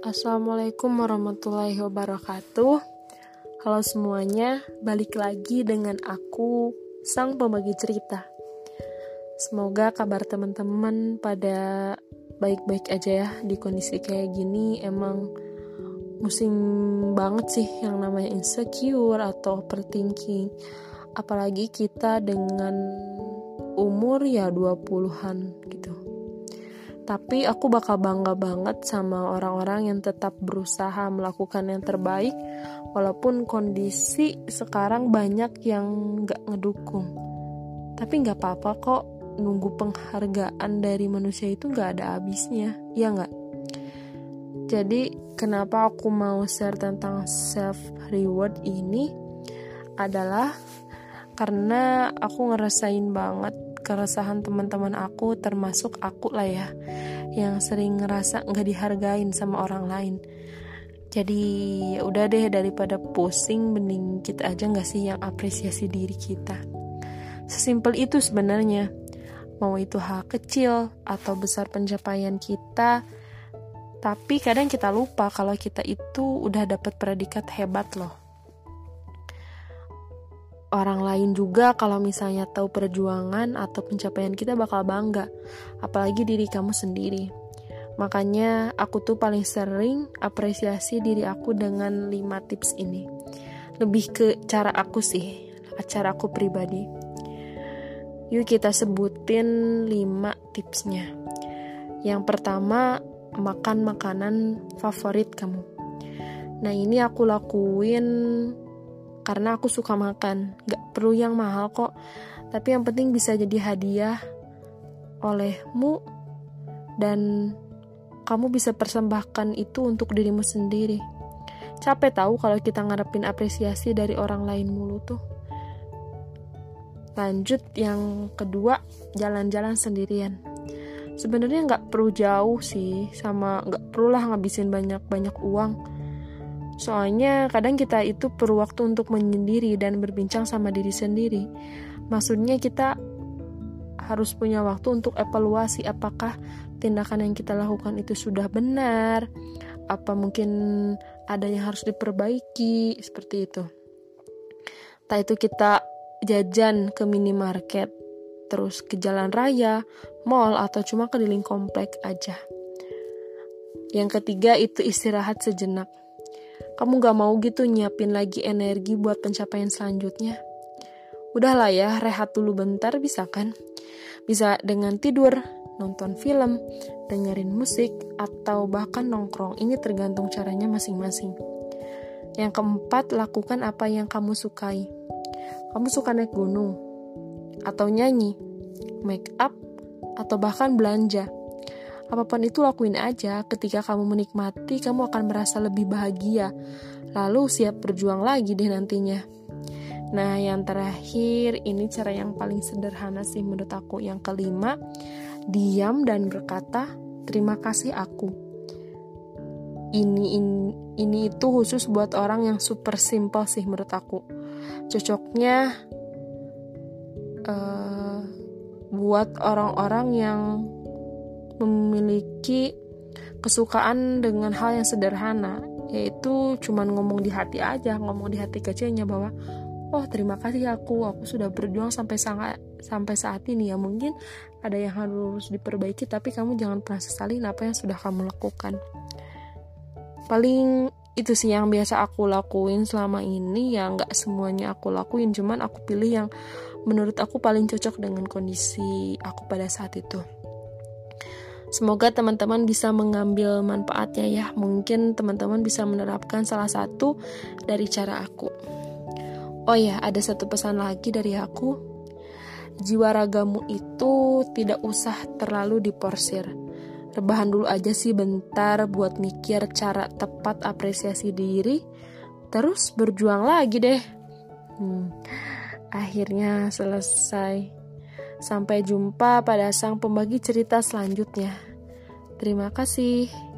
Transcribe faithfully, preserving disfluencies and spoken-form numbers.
Assalamualaikum warahmatullahi wabarakatuh. Halo semuanya, balik lagi dengan aku, sang pembagi cerita. Semoga kabar teman-teman pada baik-baik aja ya di kondisi kayak gini. Emang musim banget sih yang namanya insecure atau overthinking. Apalagi kita dengan umur ya dua puluhan gitu. Tapi aku bakal bangga banget sama orang-orang yang tetap berusaha melakukan yang terbaik walaupun kondisi sekarang banyak yang gak ngedukung. Tapi gak apa-apa kok, nunggu penghargaan dari manusia itu gak ada habisnya, ya gak? Jadi kenapa aku mau share tentang self-reward ini adalah karena aku ngerasain banget keresahan teman-teman aku, termasuk aku lah ya, yang sering ngerasa gak dihargain sama orang lain. Jadi udah deh, daripada pusing, mending kita aja gak sih yang apresiasi diri kita. Sesimpel itu sebenarnya. Mau itu hal kecil atau besar pencapaian kita, tapi kadang kita lupa kalau kita itu udah dapat predikat hebat loh. Orang lain juga kalau misalnya tahu perjuangan atau pencapaian kita bakal bangga, apalagi diri kamu sendiri. Makanya aku tuh paling sering apresiasi diri aku dengan lima tips ini. Lebih ke cara aku sih, cara aku pribadi. Yuk kita sebutin lima tipsnya. Yang pertama, makan makanan favorit kamu. Nah ini aku lakuin karena aku suka makan. Gak perlu yang mahal kok, tapi yang penting bisa jadi hadiah olehmu dan kamu bisa persembahkan itu untuk dirimu sendiri. Capek tahu kalau kita ngarepin apresiasi dari orang lain mulu tuh. Lanjut yang kedua, jalan-jalan sendirian. Sebenarnya gak perlu jauh sih, sama gak perlu lah ngabisin banyak-banyak uang. Soalnya kadang kita itu perlu waktu untuk menyendiri dan berbincang sama diri sendiri. Maksudnya kita harus punya waktu untuk evaluasi apakah tindakan yang kita lakukan itu sudah benar, apa mungkin ada yang harus diperbaiki, seperti itu. Entah itu kita jajan ke minimarket, terus ke jalan raya, mall, atau cuma keliling komplek aja. Yang ketiga itu istirahat sejenak. Kamu gak mau gitu nyiapin lagi energi buat pencapaian selanjutnya? Udahlah ya, rehat dulu bentar, bisa kan? Bisa dengan tidur, nonton film, dengerin musik, atau bahkan nongkrong. Ini tergantung caranya masing-masing. Yang keempat, lakukan apa yang kamu sukai. Kamu suka naik gunung, atau nyanyi, make up, atau bahkan belanja. Apapun itu lakuin aja. Ketika kamu menikmati, kamu akan merasa lebih bahagia. Lalu siap berjuang lagi deh nantinya. Nah yang terakhir, ini cara yang paling sederhana sih menurut aku. Yang kelima, diam dan berkata terima kasih aku. Ini, ini, ini itu khusus buat orang yang super simple sih menurut aku. Cocoknya uh, buat orang-orang yang memiliki kesukaan dengan hal yang sederhana, yaitu cuman ngomong di hati aja, ngomong di hati kecilnya bahwa oh terima kasih aku, aku sudah berjuang sampai sangat sampai saat ini ya. Mungkin ada yang harus diperbaiki, tapi kamu jangan pernah sesalin apa yang sudah kamu lakukan. Paling itu sih yang biasa aku lakuin selama ini, ya nggak semuanya aku lakuin, cuman aku pilih yang menurut aku paling cocok dengan kondisi aku pada saat itu. Semoga teman-teman bisa mengambil manfaatnya ya. Mungkin teman-teman bisa menerapkan salah satu dari cara aku. Oh ya, ada satu pesan lagi dari aku. Jiwa ragamu itu tidak usah terlalu diporsir. Rebahan dulu aja sih bentar buat mikir cara tepat apresiasi diri. Terus berjuang lagi deh. Hmm, akhirnya selesai. Sampai jumpa pada sang pembagi cerita selanjutnya. Terima kasih.